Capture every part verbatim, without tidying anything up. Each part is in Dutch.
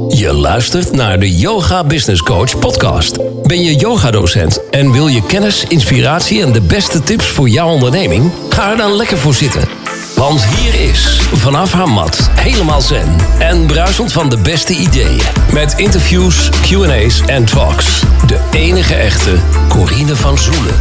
Je luistert naar de Yoga Business Coach podcast. Ben je yogadocent en wil je kennis, inspiratie en de beste tips voor jouw onderneming? Ga er dan lekker voor zitten. Want hier is, vanaf haar mat, helemaal zen en bruisend van de beste ideeën. Met interviews, Q en A's en talks. De enige echte Corine van Zoelen.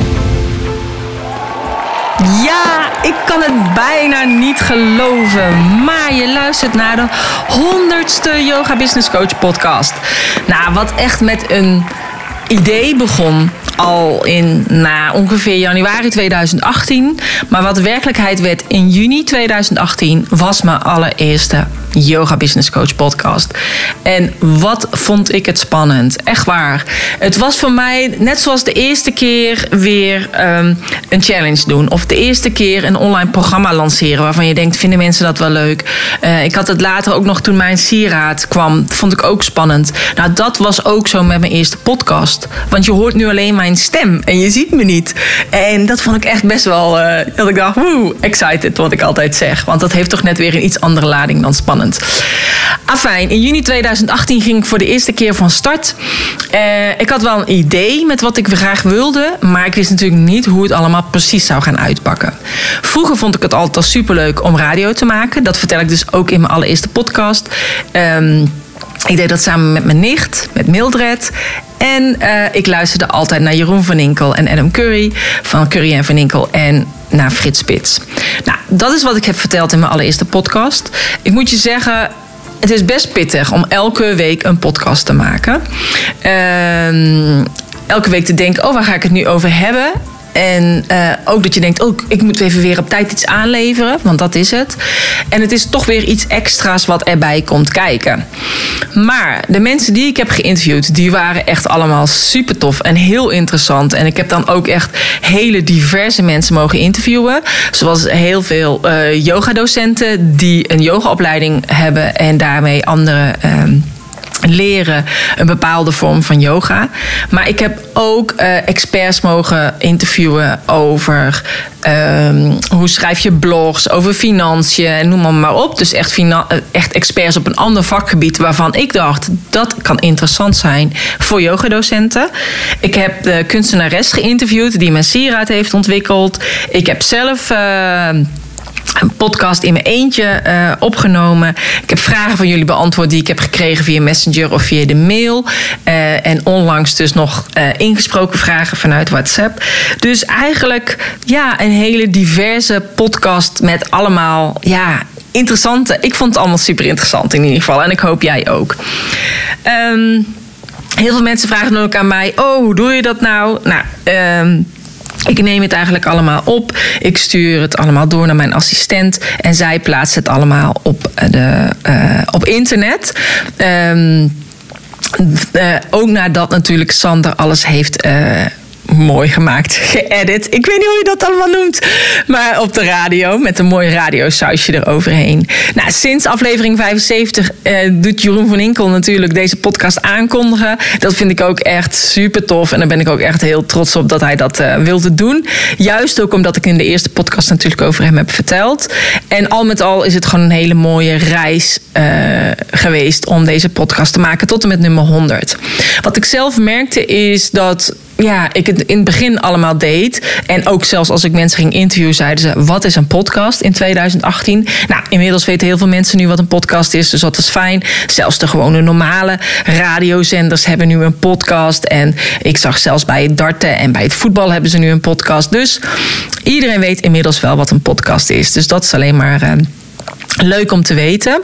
Ja, ik kan het bijna niet geloven. Maar je luistert naar de honderdste Yoga Business Coach podcast. Nou, wat echt met een idee begon al in na ongeveer januari tweeduizend achttien. Maar wat werkelijkheid werd in juni tweeduizend achttien... was mijn allereerste Yoga Business Coach podcast. En wat vond ik het spannend. Echt waar. Het was voor mij net zoals de eerste keer weer um, een challenge doen. Of de eerste keer een online programma lanceren. Waarvan je denkt, vinden mensen dat wel leuk? Uh, ik had het later ook nog toen mijn sieraad kwam. Vond ik ook spannend. Nou, dat was ook zo met mijn eerste podcast. Want je hoort nu alleen mijn stem. En je ziet me niet. En dat vond ik echt best wel... Uh, dat ik dacht, woe, excited, wat ik altijd zeg. Want dat heeft toch net weer een iets andere lading dan spannend. Afijn, in juni tweeduizend achttien ging ik voor de eerste keer van start. Uh, ik had wel een idee met wat ik graag wilde, maar ik wist natuurlijk niet hoe het allemaal precies zou gaan uitpakken. Vroeger vond ik het altijd al superleuk om radio te maken. Dat vertel ik dus ook in mijn allereerste podcast. Um, ik deed dat samen met mijn nicht, met Mildred. En uh, ik luisterde altijd naar Jeroen van Inkel en Adam Curry van Curry en van Inkel en naar Frits Spits. Nou, dat is wat ik heb verteld in mijn allereerste podcast. Ik moet je zeggen, het is best pittig om elke week een podcast te maken. Uh, elke week te denken, oh, waar ga ik het nu over hebben? En uh, ook dat je denkt, oh, ik moet even weer op tijd iets aanleveren. Want dat is het. En het is toch weer iets extra's wat erbij komt kijken. Maar de mensen die ik heb geïnterviewd, die waren echt allemaal super tof en heel interessant. En ik heb dan ook echt hele diverse mensen mogen interviewen. Zoals heel veel uh, yogadocenten die een yogaopleiding hebben en daarmee andere... Uh, leren een bepaalde vorm van yoga. Maar ik heb ook uh, experts mogen interviewen over um, hoe schrijf je blogs, over financiën en noem maar, maar op. Dus echt, fina- echt experts op een ander vakgebied waarvan ik dacht, dat kan interessant zijn voor yogadocenten. Ik heb de kunstenares geïnterviewd die mijn sieraad heeft ontwikkeld. Ik heb zelf... Uh, een podcast in mijn eentje uh, opgenomen. Ik heb vragen van jullie beantwoord die ik heb gekregen via Messenger of via de mail. Uh, en onlangs dus nog uh, ingesproken vragen vanuit WhatsApp. Dus eigenlijk ja, een hele diverse podcast met allemaal ja, interessante... Ik vond het allemaal super interessant in ieder geval. En ik hoop jij ook. Um, heel veel mensen vragen dan ook aan mij... Oh, hoe doe je dat nou? Nou... Um, Ik neem het eigenlijk allemaal op. Ik stuur het allemaal door naar mijn assistent. En zij plaatst het allemaal op, de, uh, op internet. Um, uh, ook nadat natuurlijk Sander alles heeft... Uh, mooi gemaakt, geëdit. Ik weet niet hoe je dat allemaal noemt. Maar op de radio, met een mooi radiosausje eroverheen. Nou, sinds aflevering vijfenzeventig eh, doet Jeroen van Inkel natuurlijk deze podcast aankondigen. Dat vind ik ook echt super tof. En daar ben ik ook echt heel trots op dat hij dat uh, wilde doen. Juist ook omdat ik in de eerste podcast natuurlijk over hem heb verteld. En al met al is het gewoon een hele mooie reis uh, geweest om deze podcast te maken tot en met nummer honderd. Wat ik zelf merkte is dat... Ja, ik het in het begin allemaal deed. En ook zelfs als ik mensen ging interviewen, zeiden ze... wat is een podcast in tweeduizend achttien? Nou, inmiddels weten heel veel mensen nu wat een podcast is. Dus dat is fijn. Zelfs de gewone normale radiozenders hebben nu een podcast. En ik zag zelfs bij het darten en bij het voetbal hebben ze nu een podcast. Dus iedereen weet inmiddels wel wat een podcast is. Dus dat is alleen maar uh, leuk om te weten.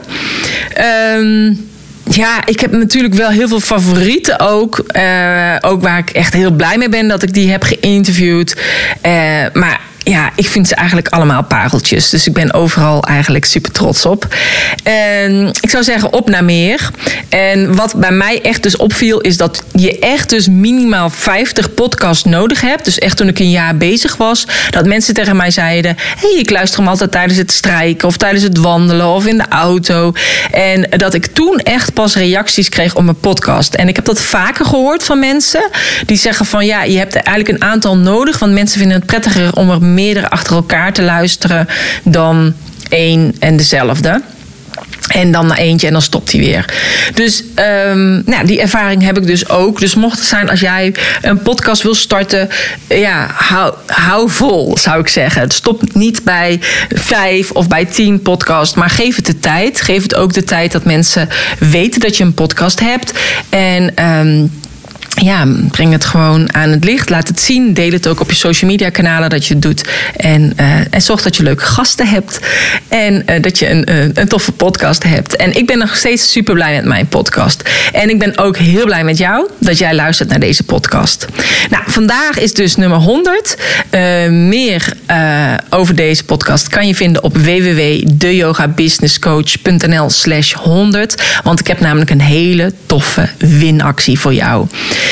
Um, Ja, ik heb natuurlijk wel heel veel favorieten ook. Uh, ook waar ik echt heel blij mee ben dat ik die heb geïnterviewd. Uh, maar ja, ik vind ze eigenlijk allemaal pareltjes. Dus ik ben overal eigenlijk super trots op. En ik zou zeggen, op naar meer. En wat bij mij echt dus opviel, is dat je echt dus minimaal vijftig podcasts nodig hebt. Dus echt toen ik een jaar bezig was, dat mensen tegen mij zeiden... hey, ik luister hem altijd tijdens het strijken of tijdens het wandelen of in de auto. En dat ik toen echt pas reacties kreeg op mijn podcast. En ik heb dat vaker gehoord van mensen die zeggen van... ja, je hebt eigenlijk een aantal nodig, want mensen vinden het prettiger om er meerdere achter elkaar te luisteren dan één en dezelfde. En dan naar eentje en dan stopt hij weer. Dus um, nou, die ervaring heb ik dus ook. Dus mocht het zijn als jij een podcast wil starten... ja, hou, hou vol, zou ik zeggen. Stop niet bij vijf of bij tien podcasts. Maar geef het de tijd. Geef het ook de tijd dat mensen weten dat je een podcast hebt. En... Um, Ja, breng het gewoon aan het licht. Laat het zien. Deel het ook op je social media kanalen dat je het doet. En, uh, en zorg dat je leuke gasten hebt. En uh, dat je een, uh, een toffe podcast hebt. En ik ben nog steeds super blij met mijn podcast. En ik ben ook heel blij met jou dat jij luistert naar deze podcast. Nou, vandaag is dus nummer honderd. Uh, meer uh, over deze podcast kan je vinden op w w w punt de yoga business coach punt n l slash honderd. Want ik heb namelijk een hele toffe winactie voor jou.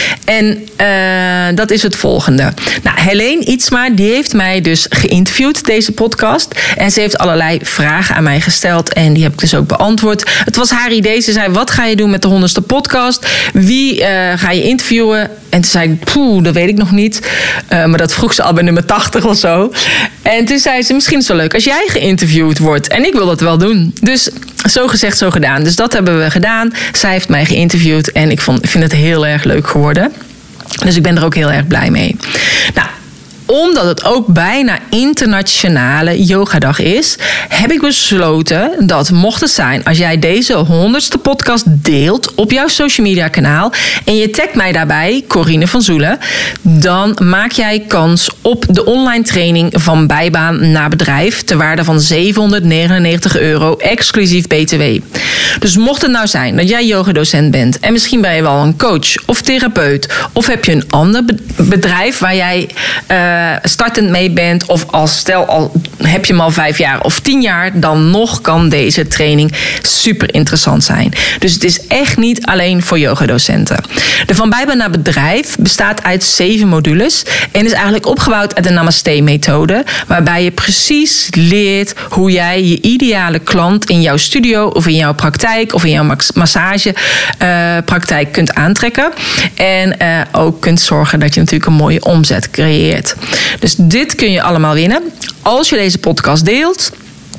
En uh, dat is het volgende. Nou, Helene Ietsma, die heeft mij dus geïnterviewd, deze podcast. En ze heeft allerlei vragen aan mij gesteld. En die heb ik dus ook beantwoord. Het was haar idee. Ze zei, wat ga je doen met de honderdste podcast? Wie uh, ga je interviewen? En toen zei ik, poeh, dat weet ik nog niet. Uh, maar dat vroeg ze al bij nummer tachtig of zo. En toen zei ze, misschien is het wel leuk als jij geïnterviewd wordt. En ik wil dat wel doen. Dus zo gezegd, zo gedaan. Dus dat hebben we gedaan. Zij heeft mij geïnterviewd. En ik vond, vind het heel erg leuk geworden. Dus ik ben er ook heel erg blij mee. Nou, omdat het ook bijna internationale yogadag is, heb ik besloten dat mocht het zijn, als jij deze honderdste podcast deelt op jouw social media kanaal en je tagt mij daarbij, Corine van Zoelen, dan maak jij kans op de online training van bijbaan naar bedrijf ter waarde van zevenhonderdnegenennegentig euro, exclusief B T W. Dus mocht het nou zijn dat jij yogadocent bent en misschien ben je wel een coach of therapeut of heb je een ander bedrijf waar jij uh, startend mee bent, of als stel al heb je hem al vijf jaar of tien jaar, dan nog kan deze training super interessant zijn. Dus het is echt niet alleen voor yogadocenten. De Van Bijbaan naar Bedrijf bestaat uit zeven modules en is eigenlijk opgebouwd uit de Namaste-methode, waarbij je precies leert hoe jij je ideale klant in jouw studio of in jouw praktijk of in jouw massagepraktijk uh, kunt aantrekken. En uh, ook kunt zorgen dat je natuurlijk een mooie omzet creëert. Dus dit kun je allemaal winnen als je deze podcast deelt.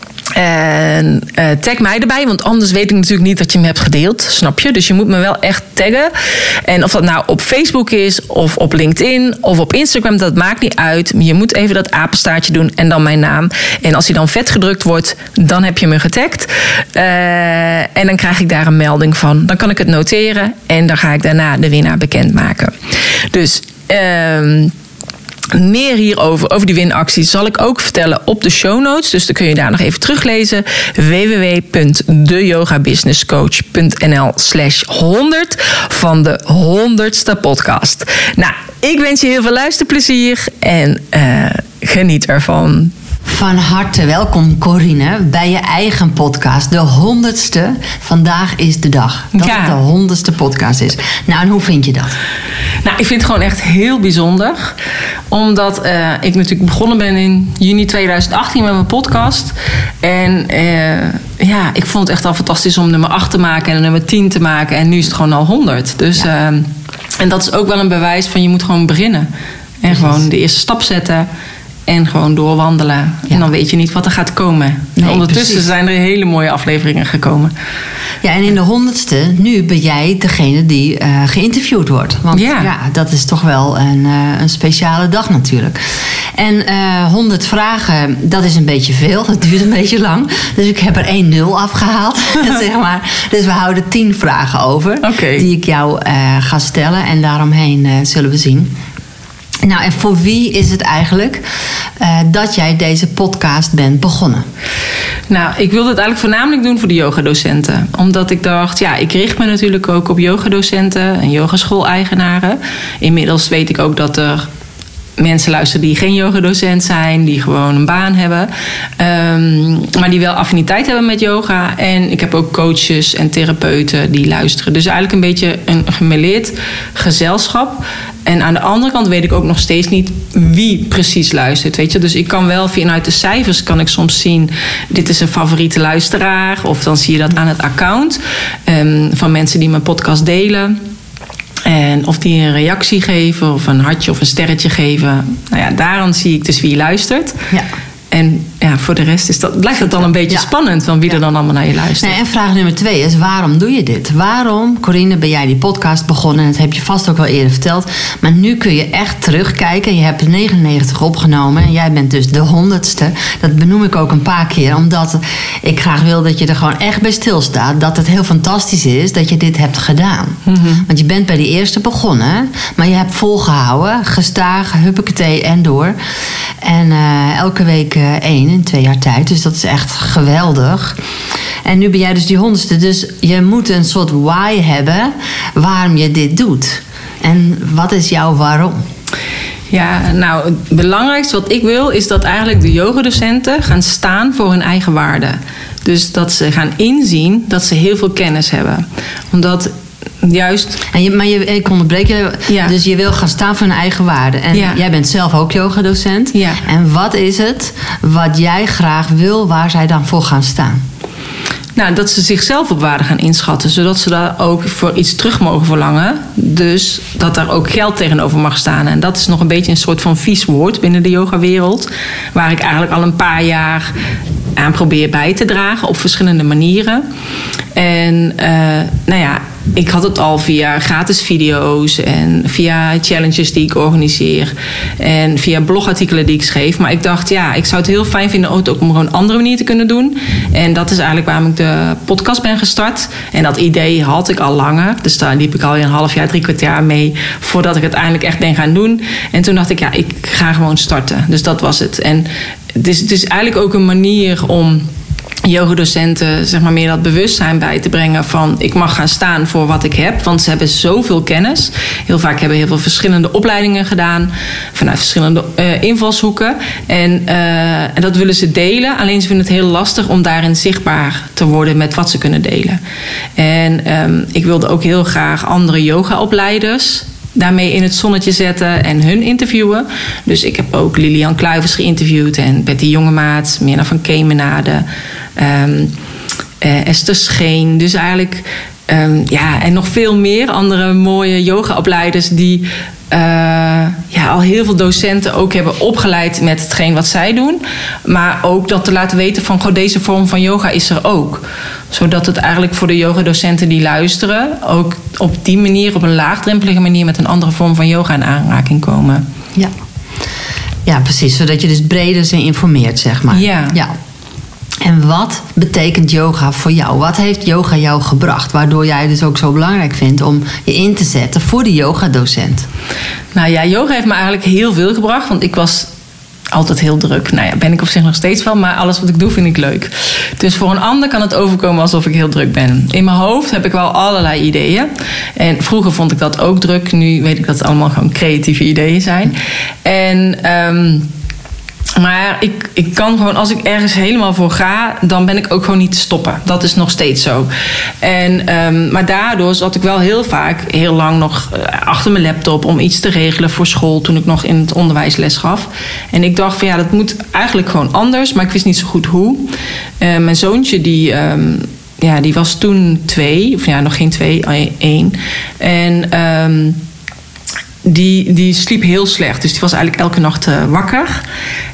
En uh, tag mij erbij, want anders weet ik natuurlijk niet dat je hem hebt gedeeld, snap je? Dus je moet me wel echt taggen. En of dat nou op Facebook is, of op LinkedIn, of op Instagram, dat maakt niet uit. Je moet even dat apenstaartje doen en dan mijn naam. En als hij dan vet gedrukt wordt, dan heb je me getagd. Uh, en dan krijg ik daar een melding van. Dan kan ik het noteren en dan ga ik daarna de winnaar bekendmaken. Dus... Uh, Meer hierover, over die winactie, zal ik ook vertellen op de show notes. Dus dan kun je daar nog even teruglezen. w w w punt de yoga business coach punt n l slash honderd van de honderdste podcast. Nou, ik wens je heel veel luisterplezier en uh, geniet ervan. Van harte welkom, Corine, bij je eigen podcast. De honderdste. Vandaag is de dag dat ja. het de honderdste podcast is. Nou, en hoe vind je dat? Nou, ik vind het gewoon echt heel bijzonder. Omdat uh, ik natuurlijk begonnen ben in juni tweeduizend achttien met mijn podcast. En uh, ja, ik vond het echt al fantastisch om nummer acht te maken en nummer tien te maken. En nu is het gewoon al honderd. Dus, ja. uh, en dat is ook wel een bewijs van je moet gewoon beginnen. En Precies. gewoon de eerste stap zetten. En gewoon doorwandelen. Ja. En dan weet je niet wat er gaat komen. Nee, ondertussen precies. zijn er hele mooie afleveringen gekomen. Ja, en in de honderdste, nu ben jij degene die uh, geïnterviewd wordt. Want ja. ja, dat is toch wel een, uh, een speciale dag natuurlijk. En uh, honderd vragen, dat is een beetje veel. Dat duurt een beetje lang. Dus ik heb er één nul afgehaald. zeg maar. Dus we houden tien vragen over. Okay. Die ik jou uh, ga stellen. En daaromheen uh, zullen we zien. Nou, en voor wie is het eigenlijk uh, dat jij deze podcast bent begonnen? Nou, ik wilde het eigenlijk voornamelijk doen voor de yogadocenten. Omdat ik dacht, ja, ik richt me natuurlijk ook op yogadocenten en yogaschool-eigenaren. Inmiddels weet ik ook dat er mensen luisteren die geen yogadocent zijn, die gewoon een baan hebben. Um, maar die wel affiniteit hebben met yoga. En ik heb ook coaches en therapeuten die luisteren. Dus eigenlijk een beetje een gemêleerd gezelschap. En aan de andere kant weet ik ook nog steeds niet wie precies luistert. Weet je? Dus ik kan wel vanuit de cijfers kan ik soms zien, dit is een favoriete luisteraar. Of dan zie je dat aan het account um, van mensen die mijn podcast delen. En of die een reactie geven of een hartje of een sterretje geven. Nou ja, daarom zie ik dus wie luistert. Ja. En ja, voor de rest is dat, blijft het dan een beetje ja. spannend van wie ja. er dan allemaal naar je luistert. Nee, en vraag nummer twee is, waarom doe je dit? Waarom, Corine, ben jij die podcast begonnen? En dat heb je vast ook wel eerder verteld. Maar nu kun je echt terugkijken. Je hebt negenennegentig opgenomen en jij bent dus de honderdste. Dat benoem ik ook een paar keer, omdat ik graag wil dat je er gewoon echt bij stilstaat. Dat het heel fantastisch is dat je dit hebt gedaan. Mm-hmm. Want je bent bij die eerste begonnen, maar je hebt volgehouden, gestaag, huppakee en door. En uh, elke week uh, één in twee jaar tijd. Dus dat is echt geweldig. En nu ben jij dus die honderdste. Dus je moet een soort why hebben waarom je dit doet. En wat is jouw waarom? Ja, nou, het belangrijkste wat ik wil is dat eigenlijk de yogadocenten gaan staan voor hun eigen waarde. Dus dat ze gaan inzien dat ze heel veel kennis hebben. Omdat juist... En je, maar je, ik onderbreek je. Ja. Dus je wil gaan staan voor hun eigen waarde. En ja. jij bent zelf ook yogadocent. Ja. En wat is het wat jij graag wil waar zij dan voor gaan staan? Nou, dat ze zichzelf op waarde gaan inschatten. Zodat ze daar ook voor iets terug mogen verlangen. Dus dat daar ook geld tegenover mag staan. En dat is nog een beetje een soort van vies woord binnen de yogawereld. Waar ik eigenlijk al een paar jaar aan probeer bij te dragen. Op verschillende manieren. En uh, nou ja, ik had het al via gratis video's en via challenges die ik organiseer en via blogartikelen die ik schreef. Maar ik dacht, ja, ik zou het heel fijn vinden ook om gewoon een andere manier te kunnen doen. En dat is eigenlijk waarom ik de podcast ben gestart. En dat idee had ik al langer. Dus daar liep ik al een half jaar, drie kwart jaar mee voordat ik het eindelijk echt ben gaan doen. En toen dacht ik, ja, ik ga gewoon starten. Dus dat was het. En het is, het is eigenlijk ook een manier om yogadocenten zeg maar meer dat bewustzijn bij te brengen van ik mag gaan staan voor wat ik heb, want ze hebben zoveel kennis. Heel vaak hebben heel veel verschillende opleidingen gedaan vanuit verschillende uh, invalshoeken en, uh, en dat willen ze delen, alleen ze vinden het heel lastig om daarin zichtbaar te worden met wat ze kunnen delen. En um, ik wilde ook heel graag andere yogaopleiders daarmee in het zonnetje zetten en hun interviewen. Dus ik heb ook Lilian Kluivers geïnterviewd en Betty Jongemaat, Mirna van Kemenade, um, uh, Esther Scheen. Dus eigenlijk, um, ja, en nog veel meer andere mooie yogaopleiders die Uh, ja, al heel veel docenten ook hebben opgeleid met hetgeen wat zij doen. Maar ook dat te laten weten van goh, deze vorm van yoga is er ook. Zodat het eigenlijk voor de yogadocenten die luisteren ook op die manier, op een laagdrempelige manier met een andere vorm van yoga in aanraking komen. Ja, ja precies. Zodat je dus breder ze informeert, zeg maar. Ja. ja. En wat betekent yoga voor jou? Wat heeft yoga jou gebracht? Waardoor jij het dus ook zo belangrijk vindt om je in te zetten voor de yogadocent. Nou ja, yoga heeft me eigenlijk heel veel gebracht. Want ik was altijd heel druk. Nou ja, ben ik op zich nog steeds wel. Maar alles wat ik doe vind ik leuk. Dus voor een ander kan het overkomen alsof ik heel druk ben. In mijn hoofd heb ik wel allerlei ideeën. En vroeger vond ik dat ook druk. Nu weet ik dat het allemaal gewoon creatieve ideeën zijn. En Um, Maar ik, ik kan gewoon, als ik ergens helemaal voor ga, dan ben ik ook gewoon niet te stoppen. Dat is nog steeds zo. En, um, maar daardoor zat ik wel heel vaak, heel lang nog achter mijn laptop om iets te regelen voor school toen ik nog in het onderwijs les gaf. En ik dacht van ja, dat moet eigenlijk gewoon anders, maar ik wist niet zo goed hoe. Uh, mijn zoontje die Um, ja, die was toen twee, of ja, nog geen twee, één. En Um, Die, die sliep heel slecht. Dus die was eigenlijk elke nacht uh, wakker.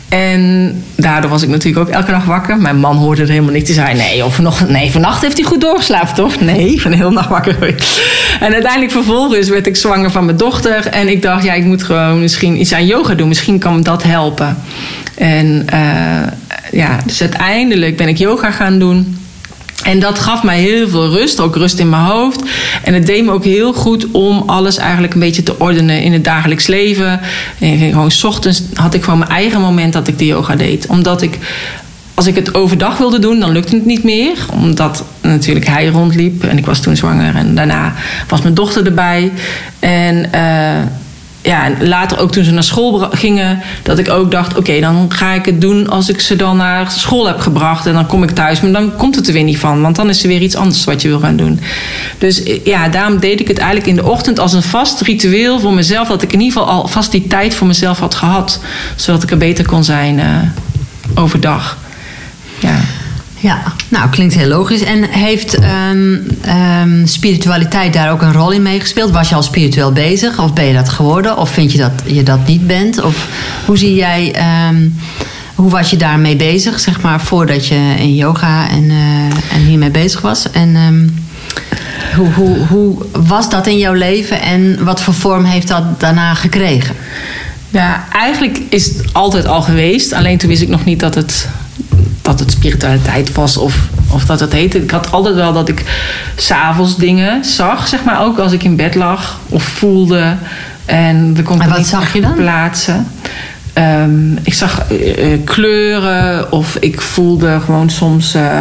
En daardoor was ik natuurlijk ook elke nacht wakker. Mijn man hoorde er helemaal niks. Die zei, nee, of nog, nee, vannacht heeft hij goed doorgeslapen, toch? Nee, ik ben de hele nacht wakker geweest. En uiteindelijk vervolgens werd ik zwanger van mijn dochter. En ik dacht, ja, ik moet gewoon misschien iets aan yoga doen. Misschien kan me dat helpen. En uh, ja, dus uiteindelijk ben ik yoga gaan doen. En dat gaf mij heel veel rust, ook rust in mijn hoofd. En het deed me ook heel goed om alles eigenlijk een beetje te ordenen in het dagelijks leven. En gewoon 's ochtends had ik gewoon mijn eigen moment dat ik de yoga deed. Omdat ik, als ik het overdag wilde doen, dan lukte het niet meer. Omdat natuurlijk hij rondliep en ik was toen zwanger. En daarna was mijn dochter erbij. En Uh, ja, later ook toen ze naar school gingen, dat ik ook dacht, oké, okay, dan ga ik het doen als ik ze dan naar school heb gebracht. En dan kom ik thuis, maar dan komt het er weer niet van. Want dan is er weer iets anders wat je wil gaan doen. Dus ja, daarom deed ik het eigenlijk in de ochtend als een vast ritueel voor mezelf. Dat ik in ieder geval al vast die tijd voor mezelf had gehad. Zodat ik er beter kon zijn uh, overdag. Ja. Ja, nou, klinkt heel logisch. En heeft um, um, spiritualiteit daar ook een rol in meegespeeld? Was je al spiritueel bezig? Of ben je dat geworden? Of vind je dat je dat niet bent? Of hoe zie jij Um, hoe was je daarmee bezig, zeg maar, voordat je in yoga en, uh, en hiermee bezig was? En um, hoe, hoe, hoe was dat in jouw leven en wat voor vorm heeft dat daarna gekregen? Ja, eigenlijk is het altijd al geweest. Alleen toen wist ik nog niet dat het, dat het spiritualiteit was of, of dat het heette. Ik had altijd wel dat ik 's avonds dingen zag, zeg maar, ook als ik in bed lag of voelde. En we konden wat niet zag je dan? plaatsen. Um, ik zag uh, kleuren of ik voelde gewoon soms... Uh,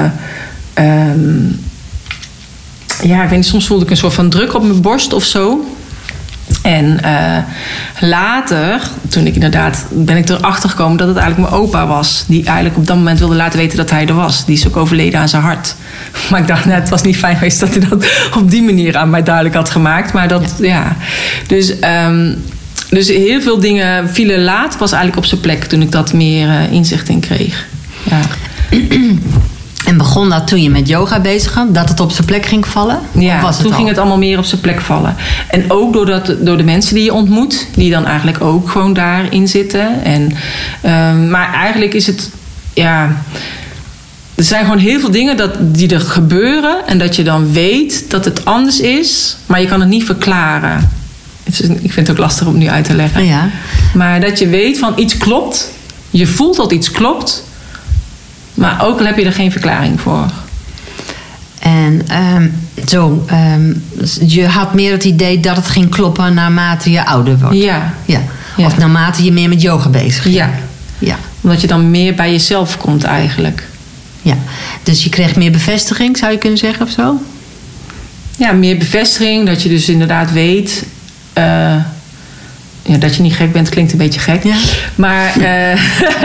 um, ja, ik weet niet, soms voelde ik een soort van druk op mijn borst of zo. En uh, later, toen ik inderdaad, ben ik erachter gekomen dat het eigenlijk mijn opa was. Die eigenlijk op dat moment wilde laten weten dat hij er was. Die is ook overleden aan zijn hart. Maar ik dacht, nou, het was niet fijn geweest dat hij dat op die manier aan mij duidelijk had gemaakt. Maar dat, ja. ja. Dus, um, dus heel veel dingen vielen laat pas eigenlijk op zijn plek toen ik dat meer uh, inzicht in kreeg. Ja. En begon dat toen je met yoga bezig was? Dat het op zijn plek ging vallen? Ja, was het toen al? ging het allemaal meer op zijn plek vallen. En ook doordat, door de mensen die je ontmoet. Die dan eigenlijk ook gewoon daarin zitten. En, um, maar eigenlijk is het... Ja, er zijn gewoon heel veel dingen dat, die er gebeuren. En dat je dan weet dat het anders is. Maar je kan het niet verklaren. Het is, ik vind het ook lastig om nu uit te leggen. Ja. Maar dat je weet van iets klopt. Je voelt dat iets klopt. Maar ook al heb je er geen verklaring voor. En um, zo, um, je had meer het idee dat het ging kloppen naarmate je ouder wordt. Ja. ja. ja. Of naarmate je meer met yoga bezig bent. Ja. ja. Omdat je dan meer bij jezelf komt eigenlijk. Ja. Dus je kreeg meer bevestiging, zou je kunnen zeggen, of zo? Ja, meer bevestiging. Dat je dus inderdaad weet... Uh, Ja, dat je niet gek bent klinkt een beetje gek. Ja. Maar uh,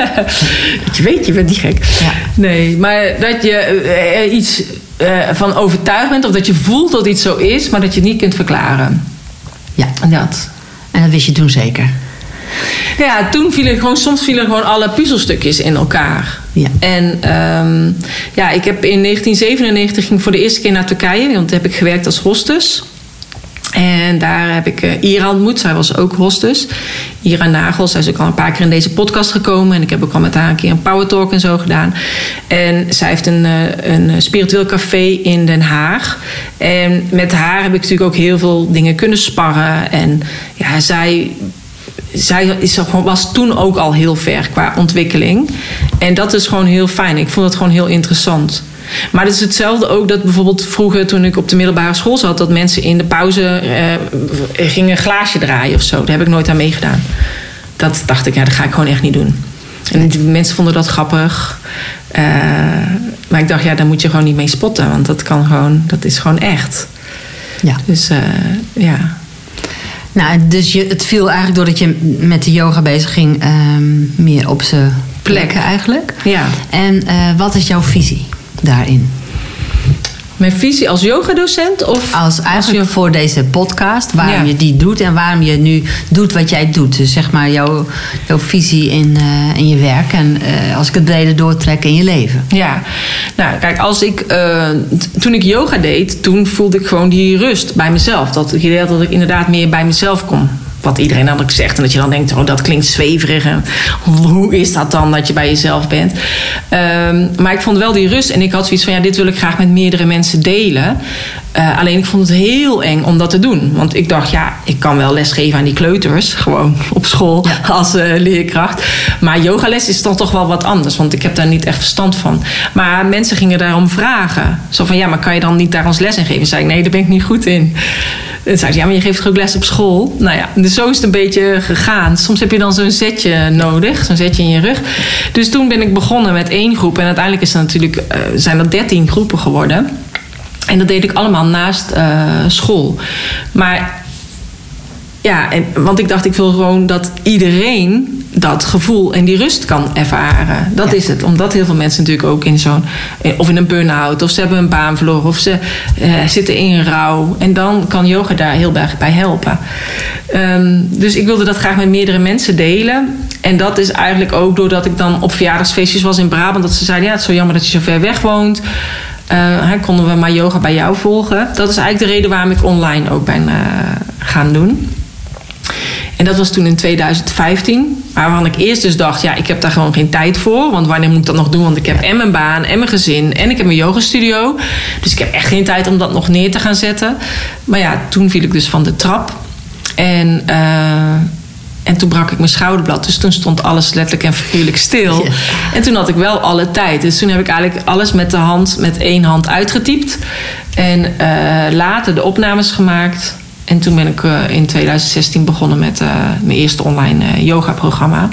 dat je weet, je bent niet gek. Ja. Nee, maar dat je er uh, iets uh, van overtuigd bent... of dat je voelt dat iets zo is, maar dat je het niet kunt verklaren. Ja. Dat. En dat wist je toen zeker? Ja, toen vielen gewoon, soms vielen gewoon alle puzzelstukjes in elkaar. Ja. En um, ja, ik heb in negentien zevenennegentig ging voor de eerste keer naar Turkije... want toen heb ik gewerkt als hostess... En daar heb ik uh, Ira ontmoet. Zij was ook hostess. Ira Nagels. Zij is ook al een paar keer in deze podcast gekomen. En ik heb ook al met haar een keer een power talk en zo gedaan. En zij heeft een, uh, een spiritueel café in Den Haag. En met haar heb ik natuurlijk ook heel veel dingen kunnen sparren. En ja, zij... Zij is, was toen ook al heel ver qua ontwikkeling. En dat is gewoon heel fijn. Ik vond het gewoon heel interessant. Maar het is hetzelfde ook dat bijvoorbeeld vroeger toen ik op de middelbare school zat... dat mensen in de pauze eh, gingen een glaasje draaien of zo. Daar heb ik nooit aan meegedaan. Dat dacht ik, ja, dat ga ik gewoon echt niet doen. En die mensen vonden dat grappig. Uh, maar ik dacht, ja, daar moet je gewoon niet mee spotten. Want dat kan gewoon, dat is gewoon echt. Ja. Dus uh, ja... Nou, dus je, het viel eigenlijk doordat je met de yoga bezig ging... Um, meer op zijn plekken eigenlijk. Ja. En uh, wat is jouw visie daarin? Mijn visie als yogadocent? Of als eigenlijk als je... voor deze podcast, waarom ja. je die doet... en waarom je nu doet wat jij doet. Dus zeg maar jouw, jouw visie in, uh, in je werk... en uh, als ik het breder doortrek in je leven. Ja, nou kijk, als ik, uh, t- toen ik yoga deed... toen voelde ik gewoon die rust bij mezelf. Dat ik idee had dat ik inderdaad meer bij mezelf kom. Wat iedereen dan ook zegt. En dat je dan denkt, oh, dat klinkt zweverig. En hoe is dat dan, dat je bij jezelf bent? Um, maar ik vond wel die rust. En ik had zoiets van, ja, dit wil ik graag met meerdere mensen delen. Uh, alleen ik vond het heel eng om dat te doen. Want ik dacht, ja, ik kan wel lesgeven aan die kleuters. Gewoon op school ja. als uh, leerkracht. Maar yogales is dan toch wel wat anders. Want ik heb daar niet echt verstand van. Maar mensen gingen daarom vragen. Zo van, ja, maar kan je dan niet daar ons les in geven? Zei ik, nee, daar ben ik niet goed in. En zei ze, ja, maar je geeft toch ook les op school? Nou ja, dus zo is het een beetje gegaan. Soms heb je dan zo'n zetje nodig, zo'n zetje in je rug. Dus toen ben ik begonnen met één groep. En uiteindelijk is er natuurlijk, uh, zijn er dertien groepen geworden. En dat deed ik allemaal naast uh, school. Maar ja, en, want ik dacht, ik wil gewoon dat iedereen dat gevoel en die rust kan ervaren. Dat ja. is het. Omdat heel veel mensen natuurlijk ook in zo'n... of in een burn-out, of ze hebben een baan verloren... of ze uh, zitten in rouw. En dan kan yoga daar heel erg bij helpen. Um, dus ik wilde dat graag met meerdere mensen delen. En dat is eigenlijk ook doordat ik dan op verjaardagsfeestjes was in Brabant... dat ze zeiden, ja, het is zo jammer dat je zo ver weg woont... Uh, konden we maar yoga bij jou volgen. Dat is eigenlijk de reden waarom ik online ook ben uh, gaan doen. En dat was toen in tweeduizend vijftien. Waarvan ik eerst dus dacht, ja, ik heb daar gewoon geen tijd voor. Want wanneer moet ik dat nog doen? Want ik heb en mijn baan en mijn gezin en ik heb mijn yogastudio. Dus ik heb echt geen tijd om dat nog neer te gaan zetten. Maar ja, toen viel ik dus van de trap. En, uh, en toen brak ik mijn schouderblad. Dus toen stond alles letterlijk en figuurlijk stil. Ja. En toen had ik wel alle tijd. Dus toen heb ik eigenlijk alles met de hand, met één hand uitgetypt. En uh, later de opnames gemaakt. En toen ben ik uh, in twintig zestien begonnen met uh, mijn eerste online uh, yoga-programma.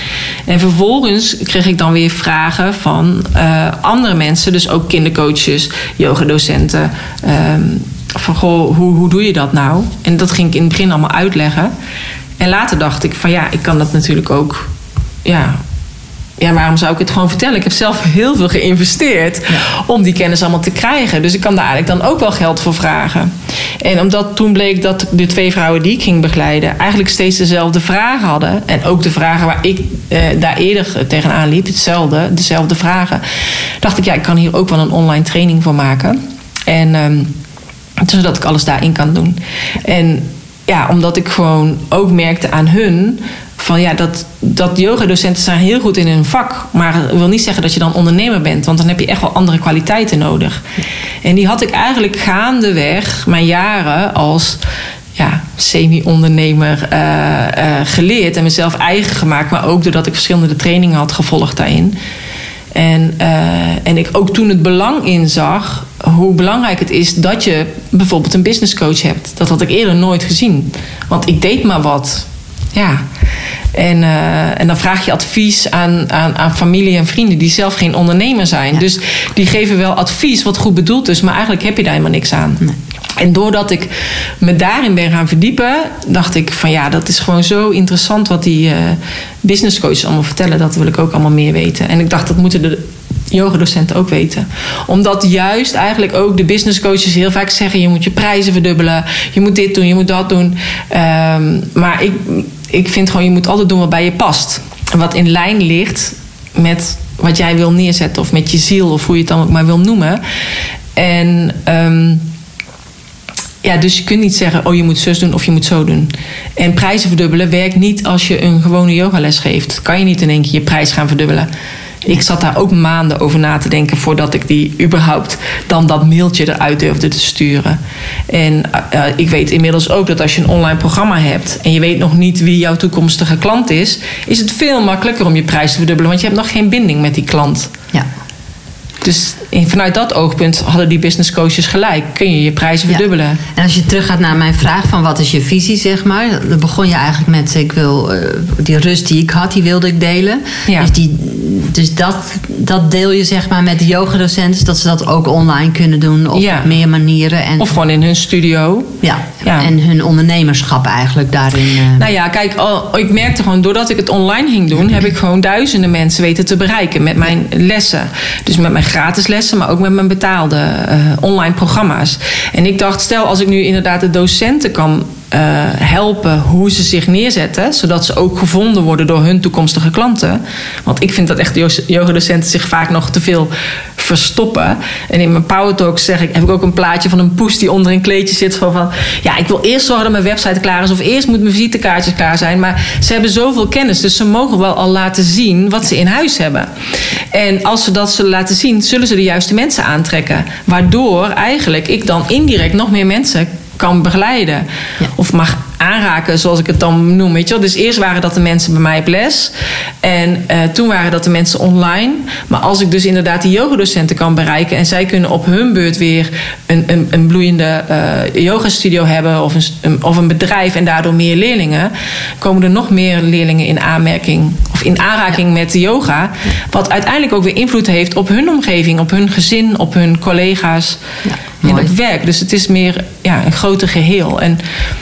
En vervolgens kreeg ik dan weer vragen van uh, andere mensen. Dus ook kindercoaches, yogadocenten. Um, van, goh, hoe, hoe doe je dat nou? En dat ging ik in het begin allemaal uitleggen. En later dacht ik van ja, ik kan dat natuurlijk ook... Ja, ja, waarom zou ik het gewoon vertellen? Ik heb zelf heel veel geïnvesteerd ja. om die kennis allemaal te krijgen. Dus ik kan daar eigenlijk dan ook wel geld voor vragen. En omdat toen bleek dat de twee vrouwen die ik ging begeleiden... eigenlijk steeds dezelfde vragen hadden. En ook de vragen waar ik eh, daar eerder tegenaan liep. Hetzelfde, dezelfde vragen. Dacht ik, ja, ik kan hier ook wel een online training voor maken. En um, zodat ik alles daarin kan doen. En ja, omdat ik gewoon ook merkte aan hun... van ja, dat, dat yogadocenten zijn heel goed in hun vak. Maar dat wil niet zeggen dat je dan ondernemer bent. Want dan heb je echt wel andere kwaliteiten nodig. En die had ik eigenlijk gaandeweg mijn jaren als ja, semi-ondernemer uh, uh, geleerd. En mezelf eigen gemaakt. Maar ook doordat ik verschillende trainingen had gevolgd daarin. En, uh, en ik ook toen het belang inzag... hoe belangrijk het is dat je bijvoorbeeld een business coach hebt. Dat had ik eerder nooit gezien. Want ik deed maar wat... Ja, en, uh, en dan vraag je advies aan, aan, aan familie en vrienden die zelf geen ondernemer zijn. Ja. Dus die geven wel advies wat goed bedoeld is, maar eigenlijk heb je daar helemaal niks aan. Nee. En doordat ik me daarin ben gaan verdiepen, dacht ik van ja, dat is gewoon zo interessant wat die uh, business coaches allemaal vertellen. Dat wil ik ook allemaal meer weten. En ik dacht, dat moeten de yogadocenten ook weten. Omdat juist eigenlijk ook de business coaches heel vaak zeggen... je moet je prijzen verdubbelen, je moet dit doen, je moet dat doen. Um, maar ik, ik vind gewoon, je moet altijd doen wat bij je past. Wat in lijn ligt met wat jij wil neerzetten... of met je ziel, of hoe je het dan ook maar wil noemen. En... Um, Ja, dus je kunt niet zeggen, oh je moet zus doen of je moet zo doen. En prijzen verdubbelen werkt niet als je een gewone yogales geeft. Kan je niet in één keer je prijs gaan verdubbelen. Ik zat daar ook maanden over na te denken... voordat ik die überhaupt dan dat mailtje eruit durfde te sturen. En uh, ik weet inmiddels ook dat als je een online programma hebt... en je weet nog niet wie jouw toekomstige klant is... is het veel makkelijker om je prijs te verdubbelen... want je hebt nog geen binding met die klant. Ja. Dus vanuit dat oogpunt hadden die business coaches gelijk. Kun je je prijzen verdubbelen. Ja. En als je teruggaat naar mijn vraag van wat is je visie, zeg maar. Dan begon je eigenlijk met, ik wil uh, die rust die ik had, die wilde ik delen. Ja. Dus, die, dus dat, dat deel je zeg maar met de yogadocenten. Dat ze dat ook online kunnen doen op ja. meer manieren. En, of gewoon in hun studio. Ja, ja. En hun ondernemerschap eigenlijk daarin. Uh... Nou ja, kijk, al, ik merkte gewoon doordat ik het online ging doen... heb ik gewoon duizenden mensen weten te bereiken met mijn lessen. Dus met mijn gratis lessen, maar ook met mijn betaalde uh, online programma's. En ik dacht, stel als ik nu inderdaad de docenten kan uh, helpen hoe ze zich neerzetten, zodat ze ook gevonden worden door hun toekomstige klanten. Want ik vind dat echt yogadocenten zich vaak nog te veel verstoppen. En in mijn Power Talks zeg ik, heb ik ook een plaatje van een poes die onder een kleedje zit. Van, van ja, ik wil eerst zorgen dat mijn website klaar is, of eerst moet mijn visitekaartjes klaar zijn. Maar ze hebben zoveel kennis, dus ze mogen wel al laten zien wat ze in huis hebben. En als ze dat zullen laten zien, zullen ze de juiste mensen aantrekken. Waardoor eigenlijk ik dan indirect nog meer mensen kan begeleiden. Ja. Of mag aanraken, zoals ik het dan noem. Weet je wel? Dus eerst waren dat de mensen bij mij op les. En uh, toen waren dat de mensen online. Maar als ik dus inderdaad die yogadocenten kan bereiken... en zij kunnen op hun beurt weer een, een, een bloeiende uh, yogastudio hebben... Of een, een, of een bedrijf en daardoor meer leerlingen... komen er nog meer leerlingen in aanmerking... of in aanraking ja. met de yoga... Ja. Wat uiteindelijk ook weer invloed heeft op hun omgeving... op hun gezin, op hun collega's ja, en op werk. Dus het is meer ja, een groter geheel. En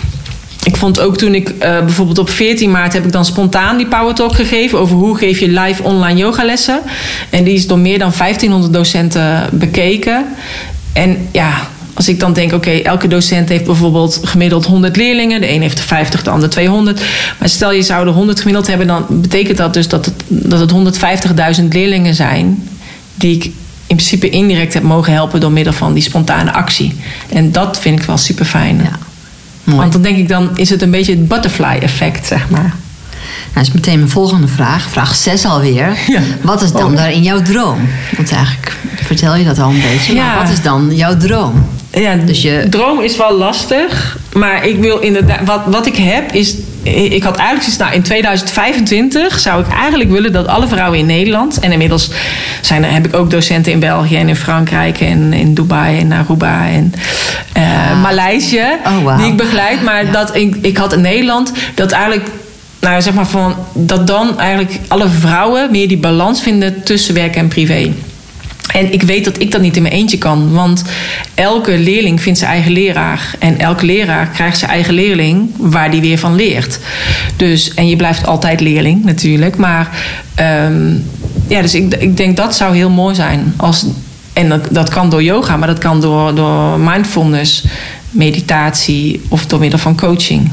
ik vond ook toen ik uh, bijvoorbeeld op veertien maart... heb ik dan spontaan die Power Talk gegeven... over hoe geef je live online yogalessen. En die is door meer dan vijftienhonderd docenten bekeken. En ja, als ik dan denk, oké, okay, elke docent heeft bijvoorbeeld gemiddeld honderd leerlingen. De een heeft er vijftig, de ander tweehonderd. Maar stel je zou er honderd gemiddeld hebben... dan betekent dat dus dat het, dat het honderdvijftigduizend leerlingen zijn... die ik in principe indirect heb mogen helpen... door middel van die spontane actie. En dat vind ik wel super fijn. Ja. Mooi. Want dan denk ik, dan is het een beetje het butterfly effect, zeg maar. Dat is meteen mijn volgende vraag. Vraag zes alweer. Ja. Wat is dan oh. daarin jouw droom? Want eigenlijk vertel je dat al een beetje. Ja. Maar wat is dan jouw droom? Ja, dus je... droom is wel lastig. Maar ik wil inderdaad... Wat, wat ik heb is... Ik had eigenlijk gezegd, nou in tweeduizend vijfentwintig zou ik eigenlijk willen dat alle vrouwen in Nederland... En inmiddels zijn er, heb ik ook docenten in België en in Frankrijk en in Dubai en Aruba en uh, ah. Maleisië. Oh, wow. Die ik begeleid. Maar ja. dat ik, ik had in Nederland dat eigenlijk... Nou, zeg maar van dat dan eigenlijk alle vrouwen meer die balans vinden tussen werk en privé. En ik weet dat ik dat niet in mijn eentje kan. Want elke leerling vindt zijn eigen leraar. En elke leraar krijgt zijn eigen leerling waar die weer van leert. Dus, en je blijft altijd leerling natuurlijk. Maar um, ja, dus ik, ik denk dat zou heel mooi zijn. Als, en dat, dat kan door yoga, maar dat kan door, door mindfulness, meditatie of door middel van coaching.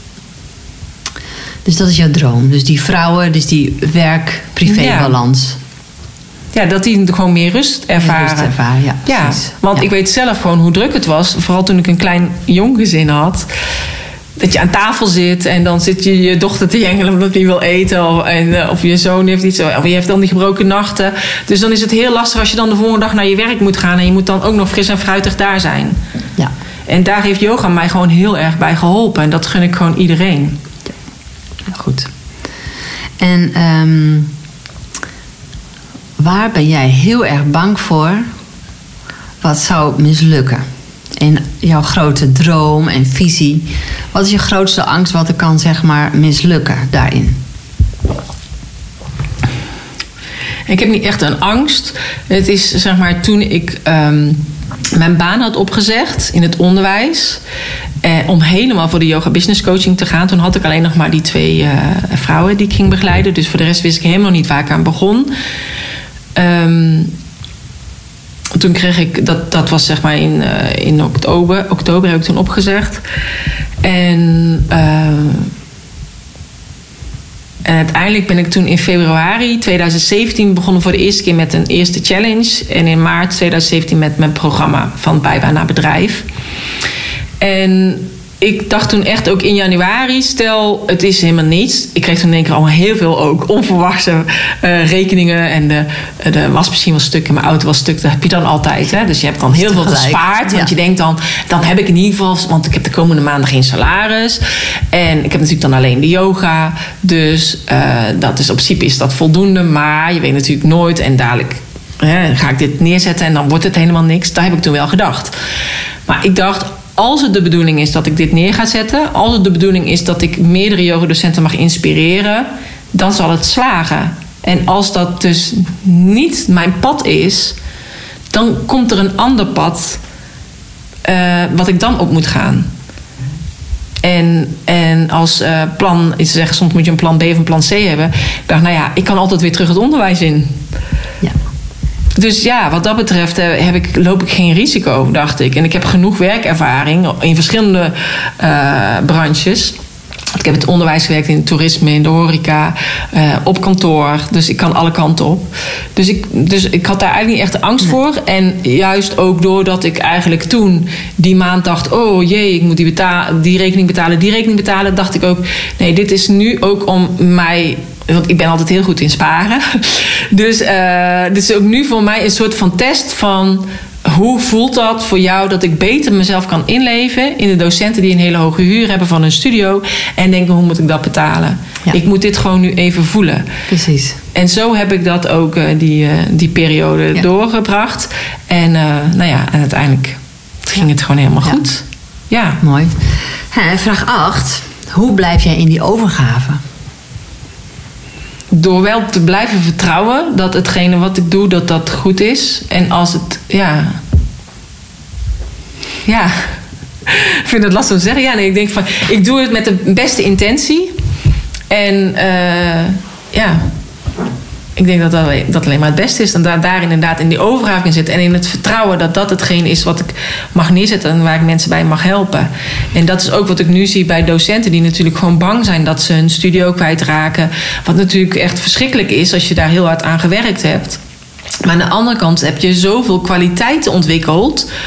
Dus dat is jouw droom. Dus die vrouwen, dus die werk-privé-balans. Ja. ja, dat die gewoon meer rust ervaren. Rust ervaren, ja. ja want ja. ik weet zelf gewoon hoe druk het was. Vooral toen ik een klein jong gezin had. Dat je aan tafel zit en dan zit je je dochter te jengelen omdat die wil eten. Of, en, of je zoon heeft iets. Of je heeft dan die gebroken nachten. Dus dan is het heel lastig als je dan de volgende dag naar je werk moet gaan. En je moet dan ook nog fris en fruitig daar zijn. Ja. En daar heeft yoga mij gewoon heel erg bij geholpen. En dat gun ik gewoon iedereen. Goed. En um, waar ben jij heel erg bang voor wat zou mislukken? In jouw grote droom en visie. Wat is je grootste angst wat er kan, zeg maar, mislukken daarin? Ik heb niet echt een angst. Het is, zeg maar, toen ik um, mijn baan had opgezegd in het onderwijs... Eh, om helemaal voor de yoga business coaching te gaan. Toen had ik alleen nog maar die twee uh, vrouwen die ik ging begeleiden. Dus voor de rest wist ik helemaal niet waar ik aan begon. Um, toen kreeg ik, dat, dat was zeg maar in, uh, in oktober. Oktober heb ik toen opgezegd. En, uh, en uiteindelijk ben ik toen in februari tweeduizend zeventien begonnen voor de eerste keer met een eerste challenge. En in maart tweeduizend zeventien met mijn programma van bijbaan naar bedrijf. En ik dacht toen echt ook in januari, stel het is helemaal niets. Ik kreeg toen in één keer al heel veel ook onverwachte uh, rekeningen. En de, de wasmachine was stuk en mijn auto was stuk. Dat heb je dan altijd. Hè? Dus je hebt dan heel veel gespaard. Want ja. je denkt dan, dan heb ik in ieder geval... Want ik heb de komende maanden geen salaris. En ik heb natuurlijk dan alleen de yoga. Dus uh, dat is, op principe is dat voldoende. Maar je weet natuurlijk nooit. En dadelijk hè, ga ik dit neerzetten en dan wordt het helemaal niks. Dat heb ik toen wel gedacht. Maar ik dacht... Als het de bedoeling is dat ik dit neer ga zetten... als het de bedoeling is dat ik meerdere yogadocenten mag inspireren... dan zal het slagen. En als dat dus niet mijn pad is... dan komt er een ander pad... Uh, wat ik dan op moet gaan. En, en als uh, plan... Ze zeggen, soms moet je een plan B of een plan C hebben. Ik dacht, nou ja, ik kan altijd weer terug het onderwijs in. Ja. Dus ja, wat dat betreft heb ik, loop ik geen risico, dacht ik. En ik heb genoeg werkervaring in verschillende uh, branches. Ik heb het onderwijs gewerkt in het toerisme, in de horeca, uh, op kantoor. Dus ik kan alle kanten op. Dus ik, dus ik had daar eigenlijk niet echt de angst voor. En juist ook doordat ik eigenlijk toen die maand dacht... oh jee, ik moet die, betalen, die rekening betalen, die rekening betalen... dacht ik ook, nee, dit is nu ook om mij... Want ik ben altijd heel goed in sparen. Dus uh, dit is ook nu voor mij een soort van test van... hoe voelt dat voor jou dat ik beter mezelf kan inleven... in de docenten die een hele hoge huur hebben van hun studio... en denken, hoe moet ik dat betalen? Ja. Ik moet dit gewoon nu even voelen. Precies. En zo heb ik dat ook, uh, die, uh, die periode ja. doorgebracht. En uh, nou ja, en uiteindelijk ging ja. het gewoon helemaal ja. goed. Ja. Mooi. Hè, vraag acht. Hoe blijf jij in die overgave? Door wel te blijven vertrouwen dat hetgene wat ik doe, dat dat goed is. En als het, ja... Ja... Ik vind het lastig om te zeggen. Ja, nee, ik denk van... Ik doe het met de beste intentie. En uh, ja... Ik denk dat dat, dat alleen maar het beste is. En daar, daar inderdaad in die overgave in zitten. En in het vertrouwen dat dat hetgeen is wat ik mag neerzetten. En waar ik mensen bij mag helpen. En dat is ook wat ik nu zie bij docenten. Die natuurlijk gewoon bang zijn dat ze hun studio kwijtraken. Wat natuurlijk echt verschrikkelijk is als je daar heel hard aan gewerkt hebt. Maar aan de andere kant heb je zoveel kwaliteiten ontwikkeld...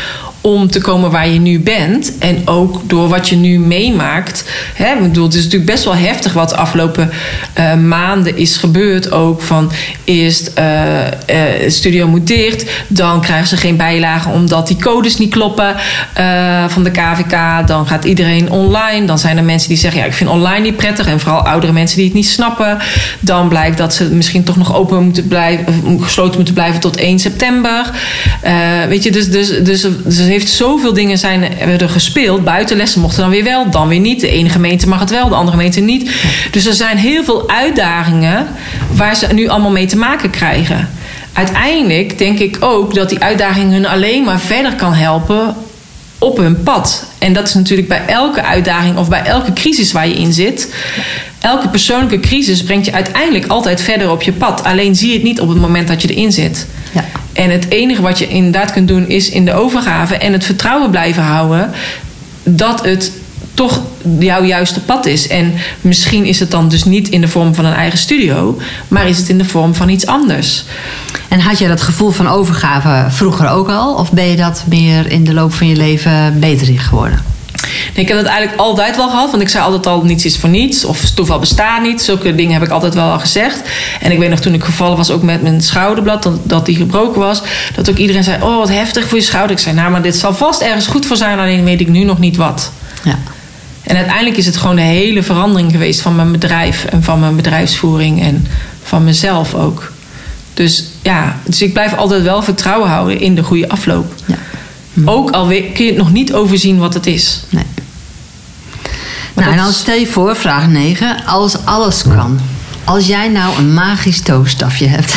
om te komen waar je nu bent. En ook door wat je nu meemaakt. Hè, ik bedoel, het is natuurlijk best wel heftig wat de afgelopen uh, maanden is gebeurd. Ook van eerst uh, uh, het studio moet dicht. Dan krijgen ze geen bijlagen omdat die codes niet kloppen uh, van de K V K. Dan gaat iedereen online. Dan zijn er mensen die zeggen, ja, ik vind online niet prettig. En vooral oudere mensen die het niet snappen. Dan blijkt dat ze misschien toch nog open moeten blijven, gesloten moeten blijven tot één september. Uh, weet je, dus, dus, dus, dus er heeft zoveel dingen zijn er gespeeld. Buitenlessen mochten dan weer wel, dan weer niet. De ene gemeente mag het wel, de andere gemeente niet. Dus er zijn heel veel uitdagingen waar ze nu allemaal mee te maken krijgen. Uiteindelijk denk ik ook dat die uitdaging hun alleen maar verder kan helpen op hun pad. En dat is natuurlijk bij elke uitdaging of bij elke crisis waar je in zit. Elke persoonlijke crisis brengt je uiteindelijk altijd verder op je pad. Alleen zie je het niet op het moment dat je erin zit. Ja. En het enige wat je inderdaad kunt doen is in de overgave en het vertrouwen blijven houden dat het toch jouw juiste pad is. En misschien is het dan dus niet in de vorm van een eigen studio, maar is het in de vorm van iets anders. En had je dat gevoel van overgave vroeger ook al? Of ben je dat meer in de loop van je leven beter in geworden? Nee, ik heb dat eigenlijk altijd wel gehad. Want ik zei altijd al, niets is voor niets. Of toeval bestaat niet. Zulke dingen heb ik altijd wel al gezegd. En ik weet nog toen ik gevallen was, ook met mijn schouderblad, dat, dat die gebroken was. Dat ook iedereen zei, oh wat heftig voor je schouder. Ik zei, nou maar dit zal vast ergens goed voor zijn. Alleen weet ik nu nog niet wat. Ja. En uiteindelijk is het gewoon een hele verandering geweest van mijn bedrijf. En van mijn bedrijfsvoering. En van mezelf ook. Dus ja, dus ik blijf altijd wel vertrouwen houden in de goede afloop. Ja. Ook al kun je het nog niet overzien wat het is. Nee. Nou, en dan stel je voor, vraag negen. Als alles kan. Als jij nou een magisch toverstafje hebt.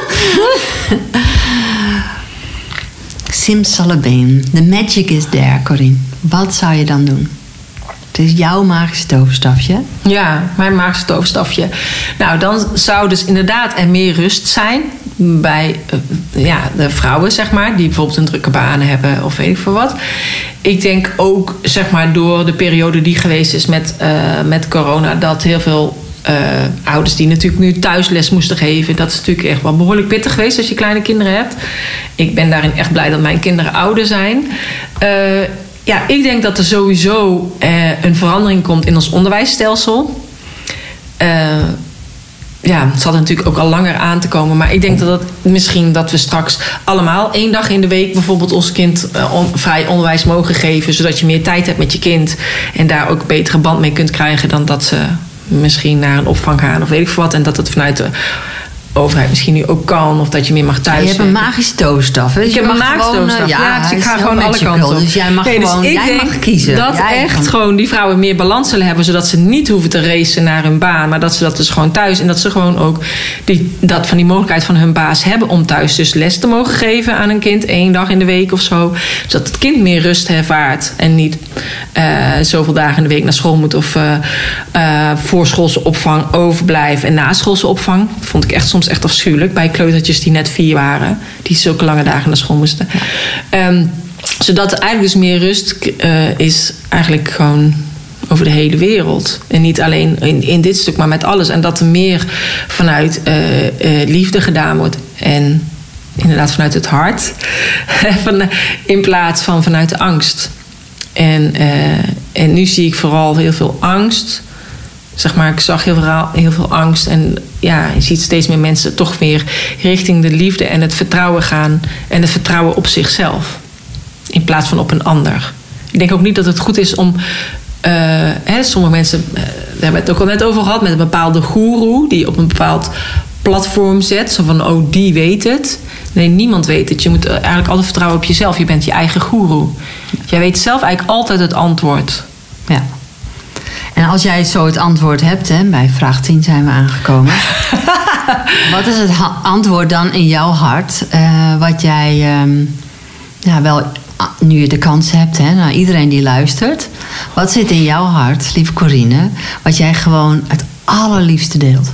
Simsalabim. The magic is there, Corine. Wat zou je dan doen? Het is jouw magische toverstafje. Ja, mijn magische toverstafje. Nou, dan zou dus inderdaad er meer rust zijn bij uh, ja, de vrouwen, zeg maar, die bijvoorbeeld een drukke baan hebben of weet ik veel wat. Ik denk ook, zeg maar, door de periode die geweest is met, uh, met corona, dat heel veel uh, ouders die natuurlijk nu thuisles moesten geven, dat is natuurlijk echt wel behoorlijk pittig geweest als je kleine kinderen hebt. Ik ben daarin echt blij dat mijn kinderen ouder zijn. Uh, Ja, ik denk dat er sowieso uh, een verandering komt in ons onderwijsstelsel. Uh, ja, het zat natuurlijk ook al langer aan te komen. Maar ik denk dat het misschien dat we straks allemaal één dag in de week bijvoorbeeld ons kind uh, on, vrij onderwijs mogen geven. Zodat je meer tijd hebt met je kind. En daar ook een betere band mee kunt krijgen dan dat ze misschien naar een opvang gaan of weet ik veel wat. En dat het vanuit de overheid misschien nu ook kan, of dat je meer mag thuis. Ja, je hebt een magische toverstaf. Dus ik heb een magische toverstaf. Ja, ja, dus ik ga gewoon alle kanten op. Dus jij mag nee, gewoon, dus jij mag kiezen. Dat jij echt kan... gewoon die vrouwen meer balans zullen hebben, zodat ze niet hoeven te racen naar hun baan, maar dat ze dat dus gewoon thuis, en dat ze gewoon ook die, dat van die mogelijkheid van hun baas hebben om thuis dus les te mogen geven aan een kind, één dag in de week of zo. Zodat het kind meer rust ervaart en niet uh, zoveel dagen in de week naar school moet of uh, uh, voorschoolse opvang overblijven en naschoolse opvang. Dat vond ik echt soms echt afschuwelijk bij kleutertjes die net vier waren, die zulke lange dagen naar school moesten. Ja. Um, zodat er eigenlijk dus meer rust uh, is eigenlijk gewoon over de hele wereld. En niet alleen in, in dit stuk, maar met alles. En dat er meer vanuit uh, uh, liefde gedaan wordt. En inderdaad vanuit het hart. Van, in plaats van vanuit de angst. En, uh, en nu zie ik vooral heel veel angst. Zeg maar, ik zag heel veel, heel veel angst. En ja, je ziet steeds meer mensen toch weer richting de liefde en het vertrouwen gaan. En het vertrouwen op zichzelf. In plaats van op een ander. Ik denk ook niet dat het goed is om... Uh, hè, sommige mensen, uh, daar hebben we het ook al net over gehad, met een bepaalde goeroe die op een bepaald platform zet. Zo van, oh, die weet het. Nee, niemand weet het. Je moet eigenlijk altijd vertrouwen op jezelf. Je bent je eigen goeroe. Jij weet zelf eigenlijk altijd het antwoord. Ja. En als jij zo het antwoord hebt, hè, bij vraag tien zijn we aangekomen. Wat is het ha- antwoord dan in jouw hart? Uh, wat jij um, ja, wel, nu je de kans hebt, hè, naar iedereen die luistert. Wat zit in jouw hart, lieve Corine, wat jij gewoon het allerliefste deelt?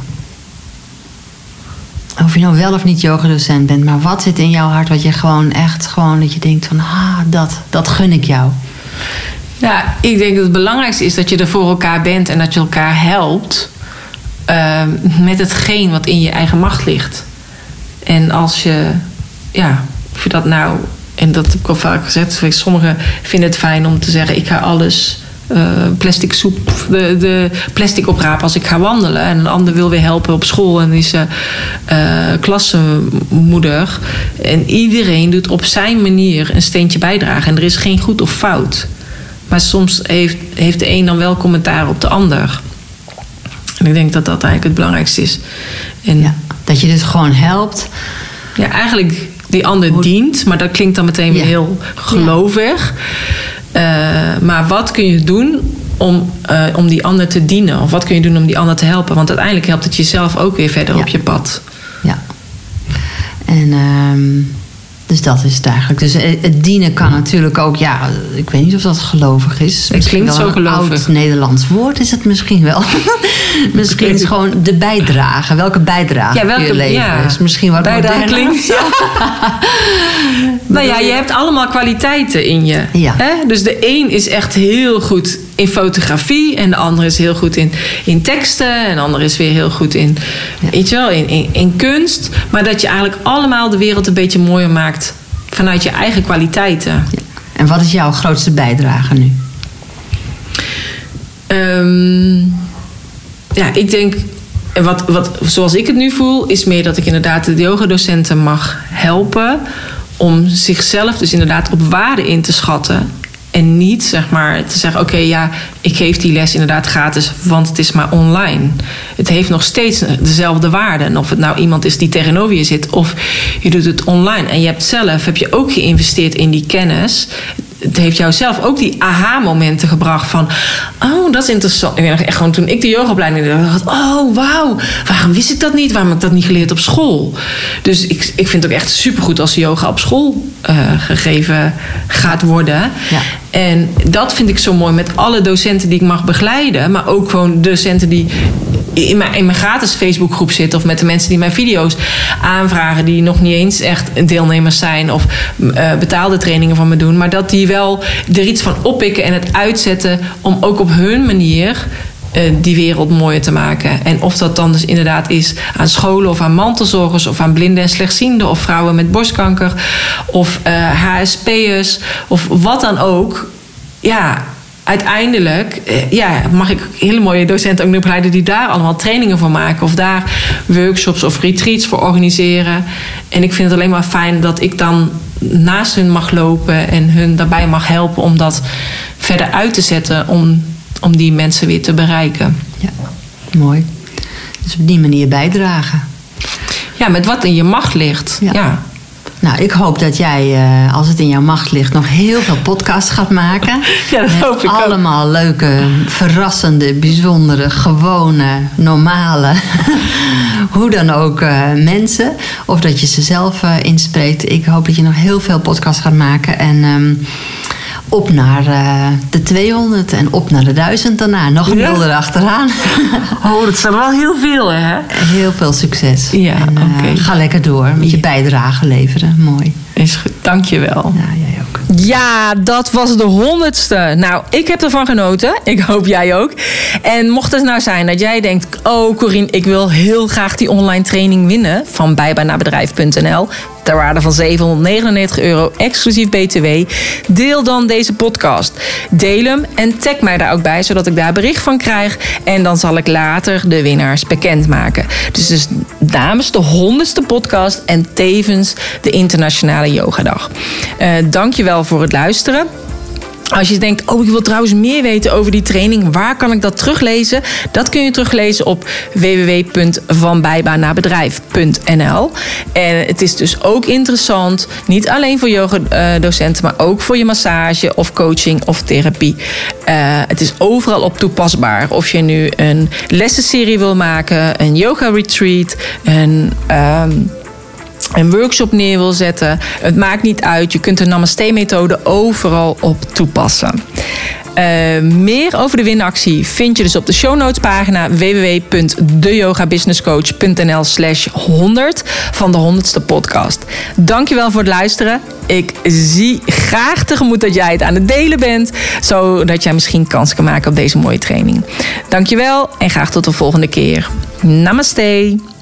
Of je nou wel of niet yogadocent bent, maar wat zit in jouw hart wat je gewoon echt, gewoon dat je denkt van, ah, dat, dat gun ik jou. Ja, ik denk dat het belangrijkste is dat je er voor elkaar bent en dat je elkaar helpt uh, met hetgeen wat in je eigen macht ligt. En als je, ja, of je dat nou en dat heb ik al vaak gezegd, sommigen vinden het fijn om te zeggen, ik ga alles... Uh, plastic soep, de, de plastic oprapen als ik ga wandelen. En een ander wil weer helpen op school en is uh, uh, klassenmoeder. En iedereen doet op zijn manier een steentje bijdragen. En er is geen goed of fout. Maar soms heeft, heeft de een dan wel commentaar op de ander. En ik denk dat dat eigenlijk het belangrijkste is. En ja, dat je dus gewoon helpt. Ja, eigenlijk die ander Hoe... dient. Maar dat klinkt dan meteen weer ja. heel gelovig. Ja. Uh, maar wat kun je doen om, uh, om die ander te dienen? Of wat kun je doen om die ander te helpen? Want uiteindelijk helpt het jezelf ook weer verder ja. op je pad. Ja. En um, dus dat is het eigenlijk. Dus het dienen kan natuurlijk ook... Ja, ik weet niet of dat gelovig is. Het klinkt zo gelovig. Een oud Nederlands woord is het misschien wel. Misschien is gewoon de bijdrage. Welke bijdrage ja, welke, in je leven ja. is misschien wat bijdrage klinkt. Ja. Nou ja, je hebt allemaal kwaliteiten in je. Ja. Hè? Dus de een is echt heel goed in fotografie. En de ander is heel goed in, in teksten. En de ander is weer heel goed in, ja. weet je wel, in, in, in kunst. Maar dat je eigenlijk allemaal de wereld een beetje mooier maakt. Vanuit je eigen kwaliteiten. Ja. En wat is jouw grootste bijdrage nu? Um, ja, ik denk... Wat, wat, zoals ik het nu voel, is meer dat ik inderdaad de yogadocenten mag helpen om zichzelf dus inderdaad op waarde in te schatten. En niet zeg maar te zeggen, oké, okay, ja, ik geef die les inderdaad gratis, want het is maar online. Het heeft nog steeds dezelfde waarde. En of het nou iemand is die tegenover je zit of je doet het online. En je hebt zelf, heb je ook geïnvesteerd in die kennis. Het heeft jou zelf ook die aha-momenten gebracht van... oh, dat is interessant. Ik weet nog echt gewoon toen ik de yogaopleiding deed... dacht oh, wauw, waarom wist ik dat niet? Waarom heb ik dat niet geleerd op school? Dus ik, ik vind het ook echt supergoed als yoga op school uh, gegeven gaat worden. Ja. En dat vind ik zo mooi met alle docenten die ik mag begeleiden... maar ook gewoon docenten die... In mijn, in mijn gratis Facebookgroep zitten... of met de mensen die mijn video's aanvragen... die nog niet eens echt deelnemers zijn... of uh, betaalde trainingen van me doen... maar dat die wel er iets van oppikken en het uitzetten... om ook op hun manier uh, die wereld mooier te maken. En of dat dan dus inderdaad is aan scholen... of aan mantelzorgers of aan blinden en slechtzienden... of vrouwen met borstkanker of uh, H S P'ers of wat dan ook... ja. Uiteindelijk ja, mag ik hele mooie docenten ook nu begeleiden... die daar allemaal trainingen voor maken... of daar workshops of retreats voor organiseren. En ik vind het alleen maar fijn dat ik dan naast hun mag lopen... en hun daarbij mag helpen om dat verder uit te zetten... om, om die mensen weer te bereiken. Ja, mooi. Dus op die manier bijdragen. Ja, met wat in je macht ligt. Ja. ja. Nou, ik hoop dat jij, uh, als het in jouw macht ligt... nog heel veel podcasts gaat maken. Ja, dat hoop ik ook. Allemaal leuke, verrassende, bijzondere, gewone, normale... hoe dan ook uh, mensen. Of dat je ze zelf uh, inspreekt. Ik hoop dat je nog heel veel podcasts gaat maken. En um, op naar uh, de tweehonderd en op naar de duizend daarna. Nog een nul ja. erachteraan. Oh, dat zijn wel heel veel, hè? Heel veel succes. Ja, en, uh, okay. Ga lekker door met je bijdrage leveren. Mooi. Is goed, dank je wel. Ja, jij ook. Ja, dat was de honderdste. Nou, ik heb ervan genoten. Ik hoop jij ook. En mocht het nou zijn dat jij denkt... oh, Corine, ik wil heel graag die online training winnen... van bijbaannabedrijf punt n l... ter waarde van zevenhonderdnegenennegentig euro, exclusief B T W. Deel dan deze podcast. Deel hem en tag mij daar ook bij... zodat ik daar bericht van krijg. En dan zal ik later de winnaars bekendmaken. Dus, dus namens de honderdste podcast... en tevens de Internationale Yogadag. Uh, Dank je wel voor het luisteren. Als je denkt, oh, ik wil trouwens meer weten over die training... waar kan ik dat teruglezen? Dat kun je teruglezen op w w w punt van bijbaannabedrijf punt n l. En het is dus ook interessant... niet alleen voor yogadocenten... maar ook voor je massage of coaching of therapie. Uh, het is overal op toepasbaar. Of je nu een lessenserie wil maken... een yoga retreat... een... Um, een workshop neer wil zetten. Het maakt niet uit. Je kunt de Namaste-methode overal op toepassen. Uh, meer over de winactie vind je dus op de show notes pagina w w w punt de yoga business coach punt n l slash honderd van de honderdste podcast. Dankjewel voor het luisteren. Ik zie graag tegemoet dat jij het aan het delen bent, zodat jij misschien kans kan maken op deze mooie training. Dankjewel en graag tot de volgende keer. Namaste.